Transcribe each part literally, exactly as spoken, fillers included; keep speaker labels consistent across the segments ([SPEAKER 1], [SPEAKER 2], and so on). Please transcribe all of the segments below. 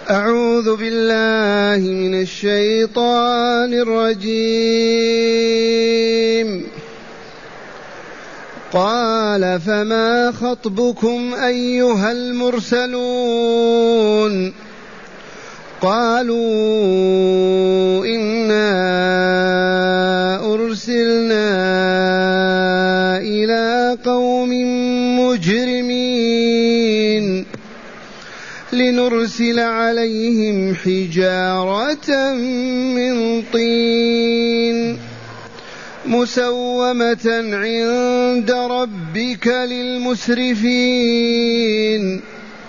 [SPEAKER 1] أعوذ بالله من الشيطان الرجيم. قال فما خطبكم أيها المرسلون؟ قالوا إنا أرسلنا إلى قوم مجرمين لنرسل عليهم حجارة من طين مسومة عند ربك للمسرفين.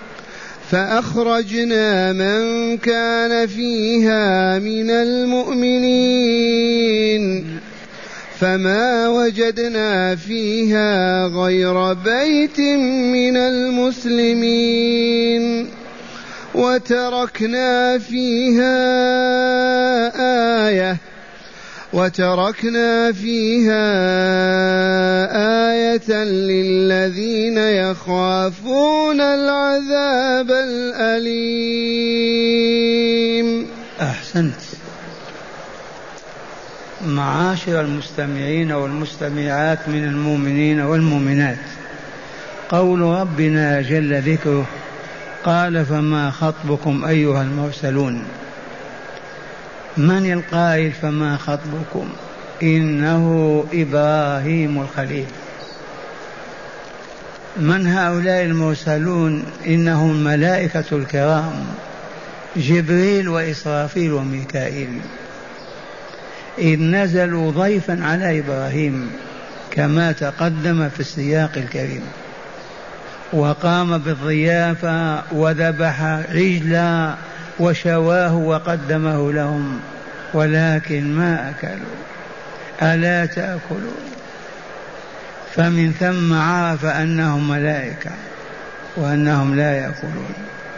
[SPEAKER 1] فأخرجنا من كان فيها من المؤمنين فما وجدنا فيها غير بيت من المسلمين وتركنا فيها آية وتركنا فيها آية للذين يخافون العذاب الأليم.
[SPEAKER 2] أحسنت. معاشر المستمعين والمستمعات من المؤمنين والمؤمنات، قول ربنا جل ذكره قال فما خطبكم أيها المرسلون. من القائل فما خطبكم؟ إنه إبراهيم الخليل. من هؤلاء المرسلون؟ إنهم الملائكة الكرام جبريل وإسرافيل وميكائيل، إذ نزلوا ضيفا على إبراهيم كما تقدم في السياق الكريم، وقام بالضيافة وذبح عجلا وشواه وقدمه لهم، ولكن ما أكلوا. ألا تأكلون؟ فمن ثم عرف أنهم ملائكة وأنهم لا يأكلون.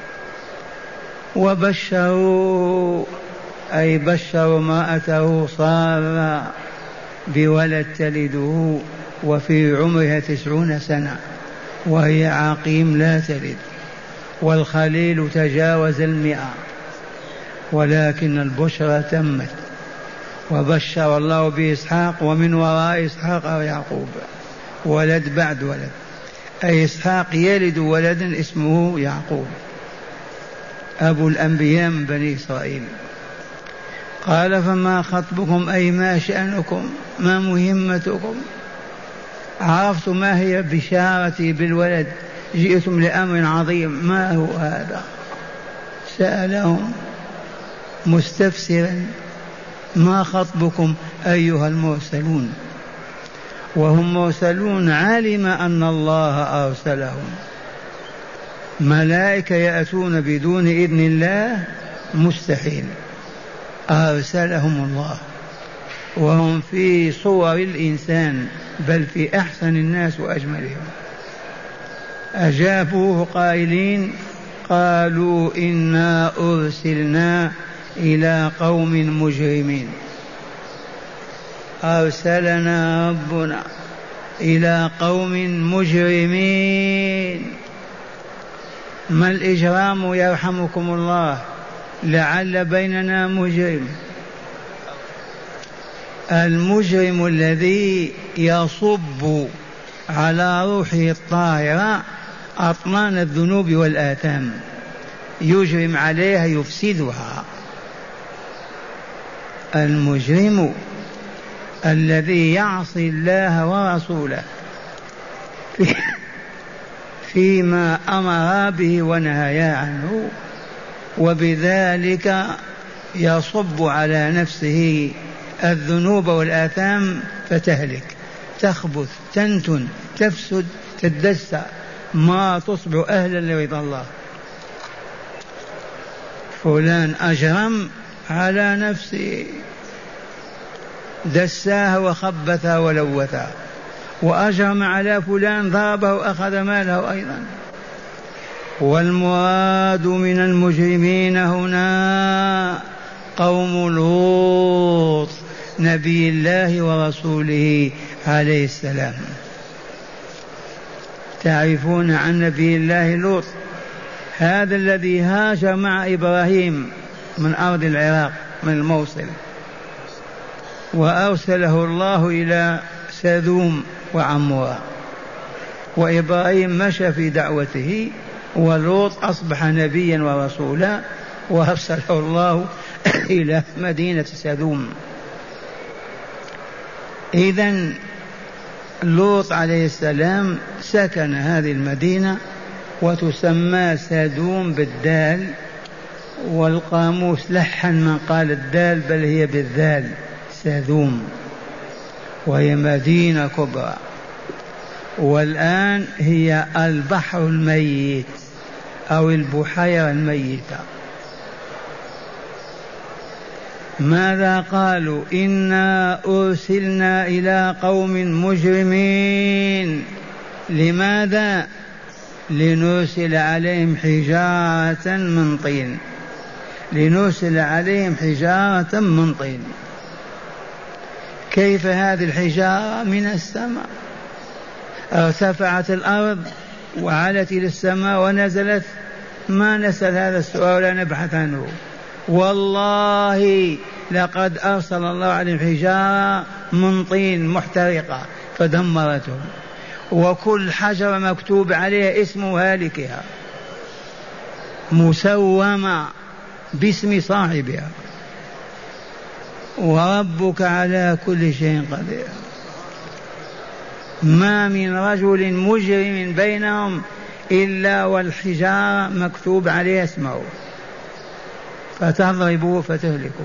[SPEAKER 2] وبشروا أي بشروا امرأته صار بولد تلده وفي عمرها تسعون سنة وهي عقيم لا تلد، والخليل تجاوز المئة، ولكن البشرى تمت. وبشر الله بإسحاق ومن وراء إسحاق يعقوب، ولد بعد ولد، أي إسحاق يلد ولدا اسمه يعقوب أبو الأنبياء من بني إسرائيل. قال فما خطبكم أي ما شأنكم، ما مهمتكم؟ عرفتم ما هي بشارتي بالولد، جئتم لأمر عظيم، ما هو هذا؟ سألهم مستفسرا ما خطبكم أيها المرسلون، وهم مرسلون علم أن الله أرسلهم. ملائكة يأتون بدون إذن الله مستحيل، أرسلهم الله وهم في صور الإنسان بل في أحسن الناس وأجملهم. أجابوه قائلين قالوا إنا أرسلنا إلى قوم مجرمين. أرسلنا ربنا إلى قوم مجرمين. ما الإجرام يرحمكم الله؟ لعل بيننا مجرم. المجرم الذي يصب على روحه الطاهرة أطنان الذنوب والآثام، يجرم عليها يفسدها. المجرم الذي يعصي الله ورسوله فيما أمر به ونهى عنه، وبذلك يصب على نفسه الذنوب والآثام فتهلك، تخبث، تنتن، تفسد، تدسى، ما تصبح أهلا لرضا الله. فلان أجرم على نفسه، دساها وخبثها ولوثها، وأجرم على فلان ضربه وأخذ ماله أيضا. والمراد من المجرمين هنا قوم لوط نبي الله ورسوله عليه السلام. تعرفون عن نبي الله لوط هذا الذي هاجر مع إبراهيم من أرض العراق من الموصل، وأرسله الله إلى سدوم وعمورة، وإبراهيم مشى في دعوته، ولوط أصبح نبيا ورسولا وأرسله الله إلى مدينة سدوم. إذن لوط عليه السلام سكن هذه المدينة وتسمى سدوم بالدال، والقاموس لحن من قال الدال بل هي بالذال سدوم، وهي مدينة كبرى. والآن هي البحر الميت أو البحيرة الميتة. ماذا قالوا؟ إنا أرسلنا إلى قوم مجرمين. لماذا؟ لنرسل عليهم حجارة من طين، لنرسل عليهم حجارة من طين. كيف هذه الحجارة؟ من السماء، ارتفعت الأرض وعلت إلى السماء ونزلت. ما نسأل هذا السؤال ولا نبحث عنه. والله لقد أرسل الله عليهم حجارة من طين محترقة فدمرتهم، وكل حجرة مكتوب عليها اسم هالكها مسومة باسم صاحبها، وربك على كل شيء قدير. ما من رجل مجرم بينهم إلا والحجارة مكتوب عليها اسمه فتضربه فتهلكه.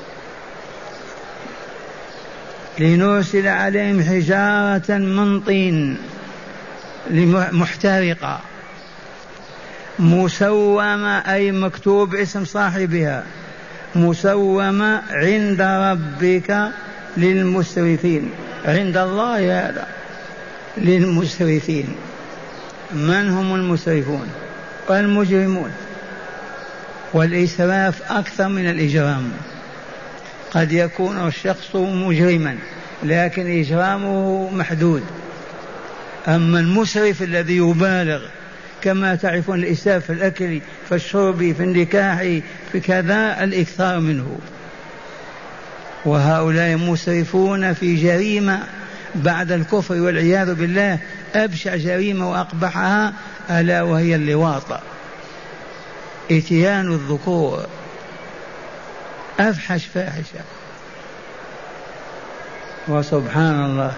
[SPEAKER 2] لنرسل عليهم حجارة من طين محترقة مسومة، أي مكتوب اسم صاحبها، مسومة عند ربك للمسرفين. عند الله هذا للمسرفين. من هم المسرفون؟ المجرمون. والإسراف أكثر من الإجرام. قد يكون الشخص مجرما لكن إجرامه محدود، أما المسرف الذي يبالغ كما تعرفون الإسراف في الأكل في الشرب في النكاح في كذا الإكثار منه. وهؤلاء مسرفون في جريمة بعد الكفر والعياذ بالله، أبشع جريمة وأقبحها ألا وهي اللواط، إتيان الذكور، أفحش فاحشة. وسبحان الله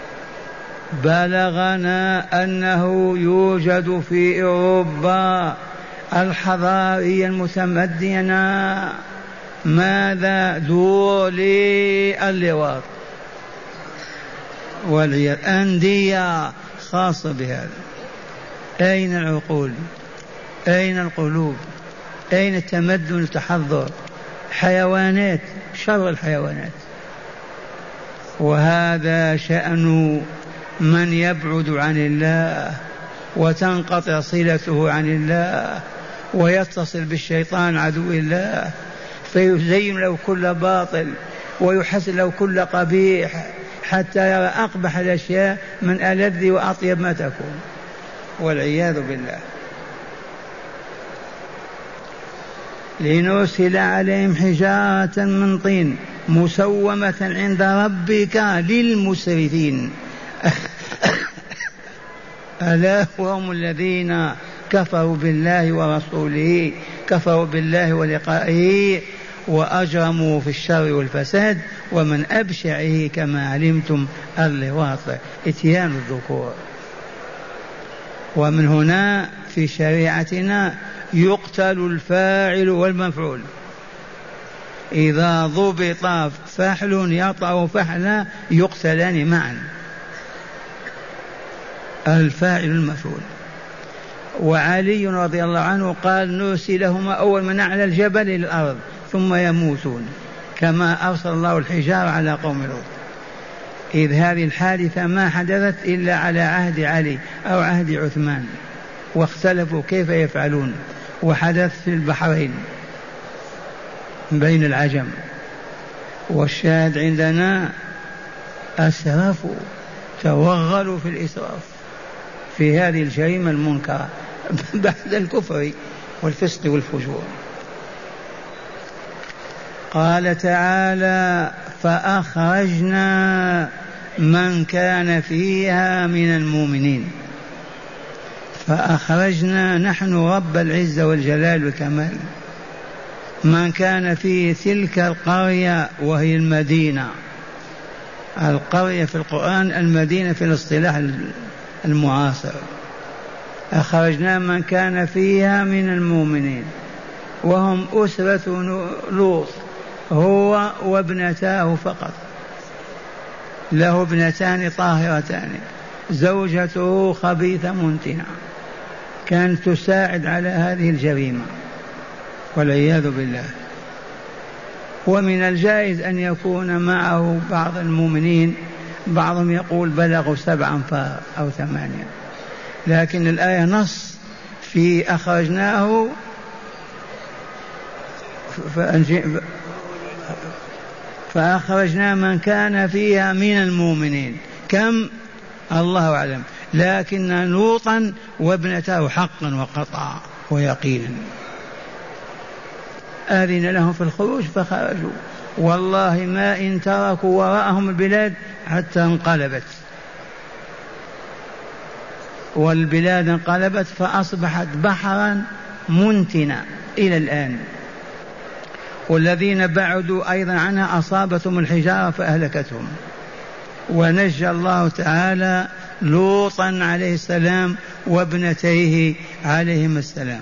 [SPEAKER 2] بلغنا أنه يوجد في أوروبا الحضارية المتمدنة ماذا؟ دور للواط والعياذ، أندية خاصة بهذا. أين العقول؟ أين القلوب؟ أين التمدن التحضر؟ حيوانات، شر الحيوانات. وهذا شأن من يبعد عن الله وتنقطع صلته عن الله ويتصل بالشيطان عدو الله، فيزين له كل باطل ويحسن له كل قبيح حتى يرى أقبح الأشياء من ألذ وأطيب ما تكون، والعياذ بالله. لنرسل عليهم حجارة من طين مسومة عند ربك للمسرفين. ألا وهم الذين كفروا بالله ورسوله، كفروا بالله ولقائه وأجرموا في الشر والفساد، ومن أبشعه كما علمتم اللواط، إتيان الذكور. ومن هنا في شريعتنا يقتل الفاعل والمفعول. إذا ضبط فحل يطأ فحلا يقتلان معا، الفاعل المفعول. وعلي رضي الله عنه قال نرسلهما أول من أعلى الجبل إلى الأرض ثم يموتون، كما أرسل الله الحجارة على قوم لوط. إذ هذه الحادثة ما حدثت إلا على عهد علي أو عهد عثمان، واختلفوا كيف يفعلون، وحدث في البحرين بين العجم. والشاهد عندنا أسرفوا، توغلوا في الإسراف في هذه الجريمة المنكرة بعد الكفر والفسق والفجور. قال تعالى فأخرجنا من كان فيها من المؤمنين. فأخرجنا نحن رب العزة والجلال والكمال من كان في تلك القرية وهي المدينة. القرية في القرآن، المدينة في الاصطلاح المعاصر. أخرجنا من كان فيها من المؤمنين وهم أسرة لوط، هو وابنتاه فقط، له ابنتان طاهرتان، زوجته خبيثة منتنة كانت تساعد على هذه الجريمة والعياذ بالله. ومن الجائز أن يكون معه بعض المؤمنين، بعضهم يقول بلغوا سبع أنفار أو ثمانية، لكن الآية نص في أخرجناه فأخرجنا من كان فيها من المؤمنين. كم؟ الله أعلم، لكن لوطا وابنته حقا وقطعا ويقينا. أذن لهم في الخروج فخرجوا، والله ما إن تركوا وراءهم البلاد حتى انقلبت، والبلاد انقلبت فأصبحت بحرا منتنا إلى الآن. والذين بعدوا أيضا عنها أصابتهم الحجارة فأهلكتهم. ونجى الله تعالى لوطا عليه السلام وابنتيه عليهم السلام.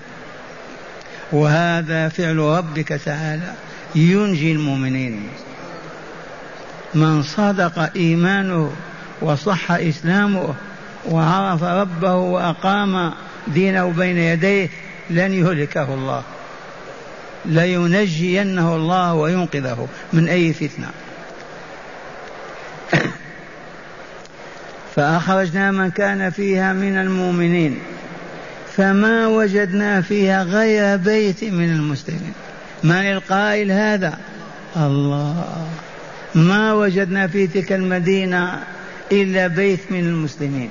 [SPEAKER 2] وهذا فعل ربك تعالى ينجي المؤمنين. من صدق إيمانه وصح إسلامه وعرف ربه وأقام دينه بين يديه لن يهلكه الله، لينجينه الله وينقذه من أي فتنة. فأخرجنا من كان فيها من المؤمنين فما وجدنا فيها غير بيت من المسلمين. من القائل هذا؟ الله. ما وجدنا في تلك المدينة إلا بيت من المسلمين.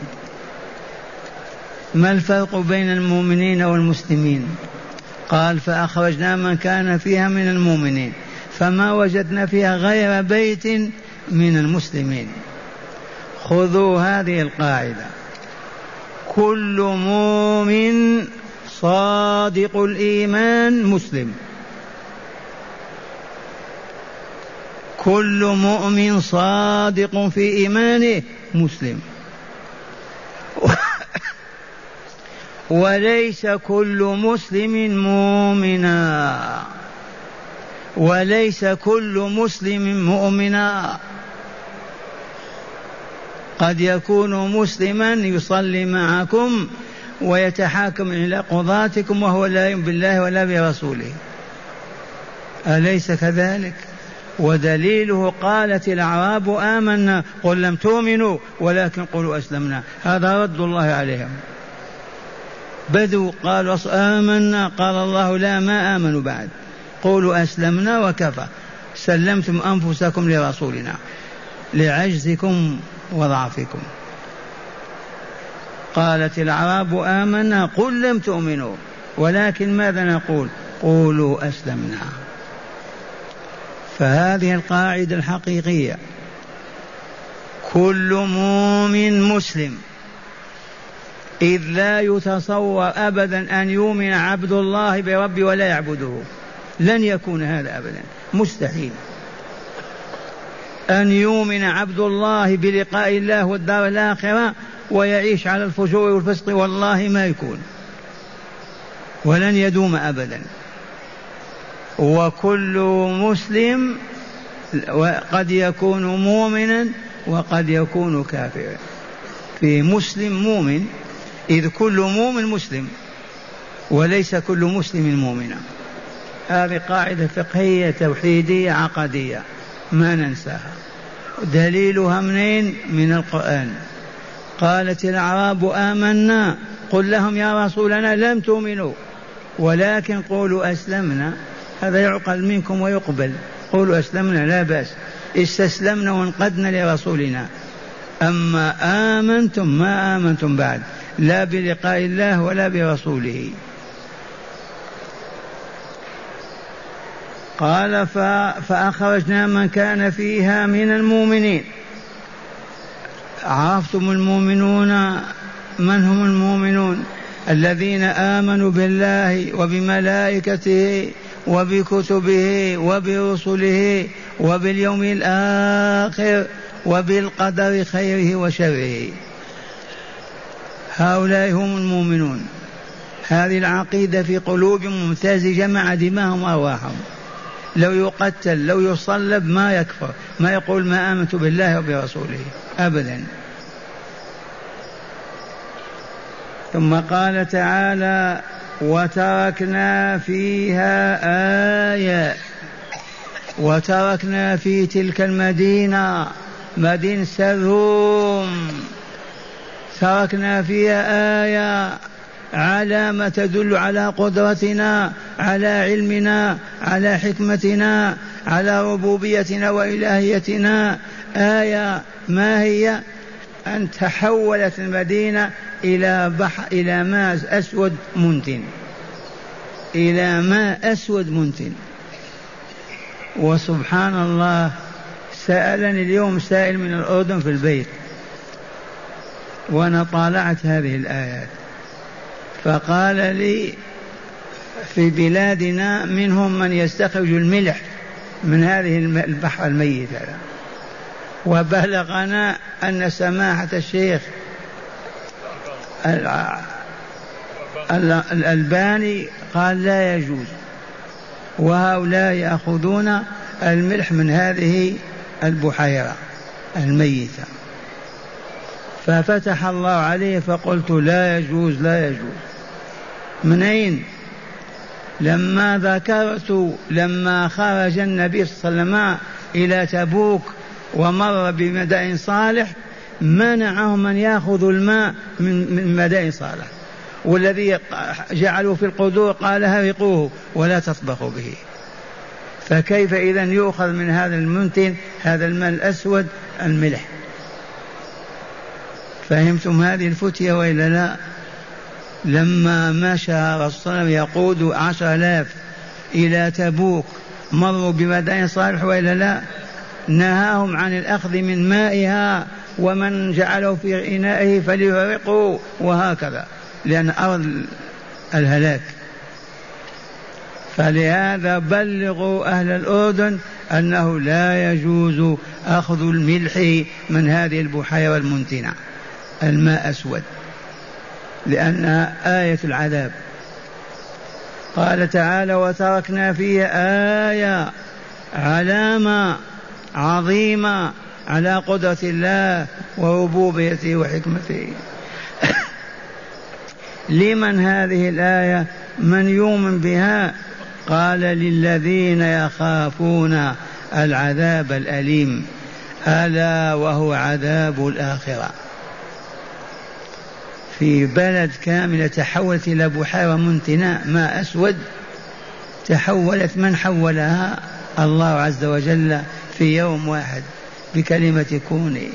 [SPEAKER 2] ما الفرق بين المؤمنين والمسلمين؟ قال فأخرجنا من كان فيها من المؤمنين فما وجدنا فيها غير بيت من المسلمين. خذوا هذه القاعدة: كل مؤمن صادق الإيمان مسلم. كل مؤمن صادق في إيمانه مسلم. وليس كل مسلم مؤمنا، وليس كل مسلم مؤمنا. قد يكون مسلما يصلي معكم ويتحاكم إلى قضاتكم وهو لا يؤمن بالله ولا برسوله، أليس كذلك؟ ودليله قالت الأعراب آمنا قل لم تؤمنوا ولكن قولوا أسلمنا. هذا رد الله عليهم. بدوا قالوا آمنا، قال الله لا ما آمنوا بعد، قولوا أسلمنا وكفى، سلمتم أنفسكم لرسولنا لعجزكم وضعفكم. قالت الأعراب آمنا قل لم تؤمنوا ولكن ماذا نقول؟ قولوا أسلمنا. فهذه القاعدة الحقيقية: كل مؤمن مسلم، إذ لا يتصور أبدا أن يؤمن عبد الله برب ولا يعبده، لن يكون هذا أبدا، مستحيل أن يؤمن عبد الله بلقاء الله والدار الآخرة ويعيش على الفجور والفسق، والله ما يكون ولن يدوم أبدا. وكل مسلم قد يكون مؤمنا وقد يكون كافرا. في مسلم مؤمن، إذ كل مؤمن مسلم وليس كل مسلم مؤمنا. هذه قاعدة فقهية توحيدية عقدية ما ننساها. دليلها منين؟ من القرآن. قالت الأعراب آمنا قل لهم يا رسولنا لم تؤمنوا ولكن قولوا أسلمنا. هذا يعقل منكم ويقبل، قولوا أسلمنا لا بأس، استسلمنا وانقدنا لرسولنا. أما آمنتم ما آمنتم بعد، لا بلقاء الله ولا برسوله. قال فأخرجنا من كان فيها من المؤمنين. عرفتم المؤمنون من هم المؤمنون؟ الذين آمنوا بالله وبملائكته وبكتبه وبرسله وباليوم الآخر وبالقدر خيره وشره، هؤلاء هم المؤمنون. هذه العقيدة في قلوبهم ممتزجة مع دماءهم وأرواحهم. لو يقتل لو يصلب ما يكفر، ما يقول ما آمنت بالله وبرسوله أبدا. ثم قال تعالى وتركنا فيها آية، وتركنا في تلك المدينة مدينة سرهم تركنا فيها آية، علامة تدل على قدرتنا، على علمنا، على حكمتنا، على ربوبيتنا وإلهيتنا. آية ما هي؟ أن تحولت المدينة إلى بحر، إلى ماء أسود منتن، إلى ماء أسود منتن. وسبحان الله، سألني اليوم سائل من الأردن في البيت وأنا طالعت هذه الآيات، فقال لي في بلادنا منهم من يستخرج الملح من هذه البحر الميت هذا، وبلغنا أن سماحة الشيخ الألباني قال لا يجوز، وهؤلاء يأخذون الملح من هذه البحيرة الميتة. ففتح الله عليه فقلت لا يجوز لا يجوز. من أين؟ لما ذكرت لما خرج النبي صلى الله عليه وسلم إلى تبوك ومر بمدائن صالح منعهم من يأخذوا الماء من مدائن صالح، والذي جعلوا في القدور قال هرقوه ولا تطبخوا به. فكيف إذن يؤخذ من هذا المنتن هذا الماء الأسود الملح؟ فهمتم هذه الفتية وإلا لا؟ لما مشى رسول يقود عشر آلاف إلى تبوك مروا بمدائن صالح وإلا لا؟ نهاهم عن الأخذ من مائها، ومن جعله في إنائه فليغرقوا، وهكذا، لأن أرض الهلاك. فلهذا بلغوا أهل الأردن أنه لا يجوز أخذ الملح من هذه البحيرة المنتنة الماء أسود، لأنها آية العذاب. قال تعالى وتركنا فيها آية، علامة عظيمة على قدرة الله وربوبيته وحكمته. لمن هذه الآية؟ من يؤمن بها؟ قال للذين يخافون العذاب الأليم، ألا وهو عذاب الآخرة. في بلد كاملة تحولت إلى بحيرة منتنة ماء أسود، تحولت، من حولها؟ الله عز وجل في يوم واحد بكلمة كوني.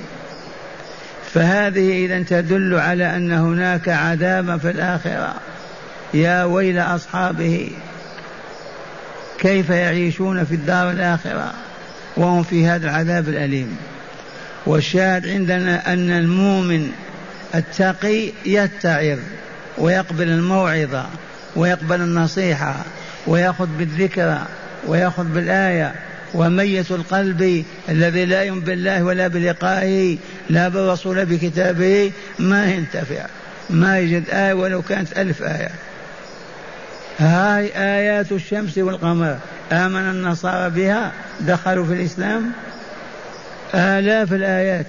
[SPEAKER 2] فهذه إذن تدل على أن هناك عذابا في الآخرة. يا ويل أصحابه، كيف يعيشون في الدار الآخرة وهم في هذا العذاب الأليم. والشاهد عندنا أن المؤمن التقي يتعظ ويقبل الموعظة ويقبل النصيحة ويأخذ بالذكرى ويأخذ بالآية. وميت القلب الذي لا يؤمن بالله ولا بلقائه لا بالرسول بكتابه ما ينتفع، ما يجد آية ولو كانت ألف آية. هاي آيات الشمس والقمر آمن النصارى بها دخلوا في الإسلام، آلاف الآيات.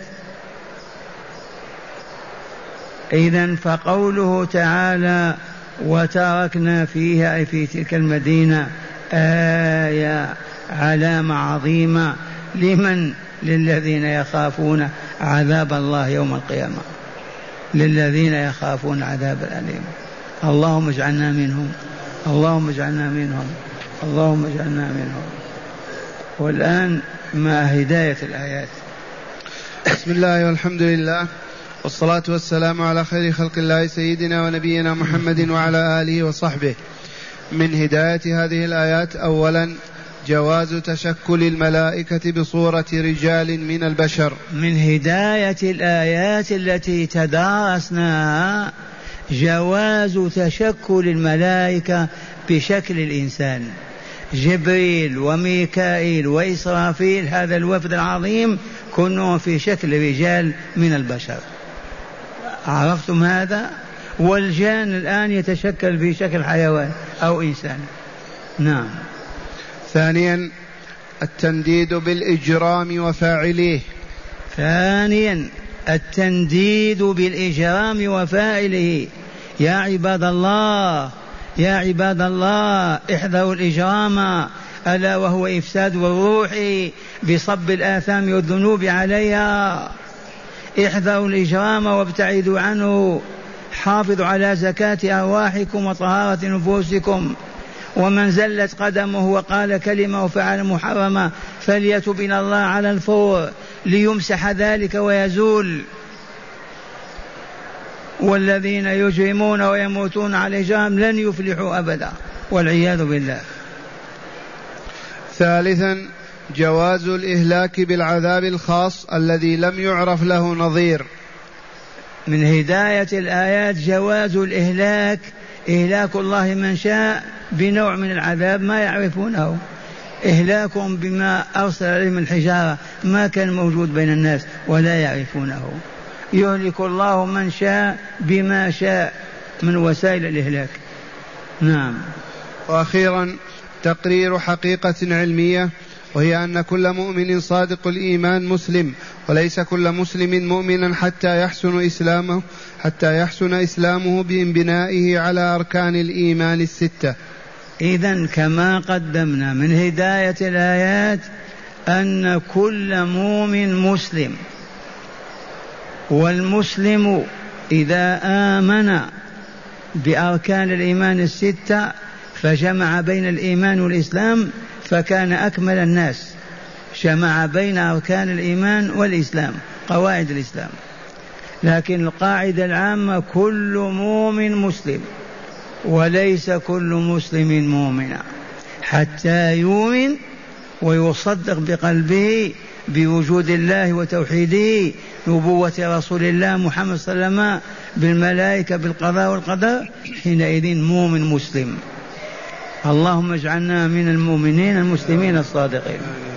[SPEAKER 2] إذن فقوله تعالى وتركنا فيها أي في تلك المدينة آية، علامة عظيمة. لمن؟ للذين يخافون عذاب الله يوم القيامة، للذين يخافون عذاب الأليم. اللهم اجعلنا منهم، اللهم اجعلنا منهم، اللهم اجعلنا منهم. والآن مع هداية الآيات.
[SPEAKER 1] بسم الله والحمد لله والصلاة والسلام على خير خلق الله سيدنا ونبينا محمد وعلى آله وصحبه. من هداية هذه الآيات أولا جواز تشكل الملائكة بصورة رجال من البشر.
[SPEAKER 2] من هداية الآيات التي تدارسناها جواز تشكل الملائكة بشكل الإنسان. جبريل وميكائيل وإسرافيل هذا الوفد العظيم كلهم في شكل رجال من البشر. عرفتم هذا؟ والجان الآن يتشكل في شكل حيوان أو إنسان. نعم.
[SPEAKER 1] ثانيا التنديد بالإجرام وفاعليه.
[SPEAKER 2] ثانيا التنديد بالإجرام وفاعله. يا عباد الله يا عباد الله احذروا الإجرام، ألا وهو إفساد الروح بصب الآثام والذنوب عليها. احذروا الإجرام وابتعدوا عنه. حافظوا على زكاة أرواحكم وطهارة نفوسكم. ومن زلت قدمه وقال كلمة وفعل محرمة فليتب إلى الله على الفور ليمسح ذلك ويزول. والذين يجرمون ويموتون على الإجرام لن يفلحوا أبدا والعياذ بالله.
[SPEAKER 1] ثالثا جواز الإهلاك بالعذاب الخاص الذي لم يعرف له نظير.
[SPEAKER 2] من هداية الآيات جواز الإهلاك، إهلاك الله من شاء بنوع من العذاب ما يعرفونه. إهلاكهم بما أرسل عليهم الحجارة ما كان موجود بين الناس ولا يعرفونه. يهلك الله من شاء بما شاء من وسائل الإهلاك. نعم.
[SPEAKER 1] وأخيرا تقرير حقيقة علمية، وهي أن كل مؤمن صادق الإيمان مسلم، وليس كل مسلم مؤمنا حتى يحسن إسلامه حتى يحسن إسلامه بانبنائه على أركان الإيمان الستة.
[SPEAKER 2] إذن كما قدمنا من هداية الآيات أن كل مؤمن مسلم، والمسلم إذا آمن بأركان الإيمان الستة فجمع بين الإيمان والإسلام فكان أكمل الناس، جمع بين أركان الإيمان والإسلام قواعد الإسلام. لكن القاعدة العامة كل مؤمن مسلم، وليس كل مسلم مؤمنا حتى يؤمن ويصدق بقلبه بوجود الله وتوحيده، نبوة رسول الله محمد صلى الله عليه وسلم، بالملائكة، بالقضاء والقدر، حينئذ مؤمن مسلم. اللهم اجعلنا من المؤمنين المسلمين الصادقين.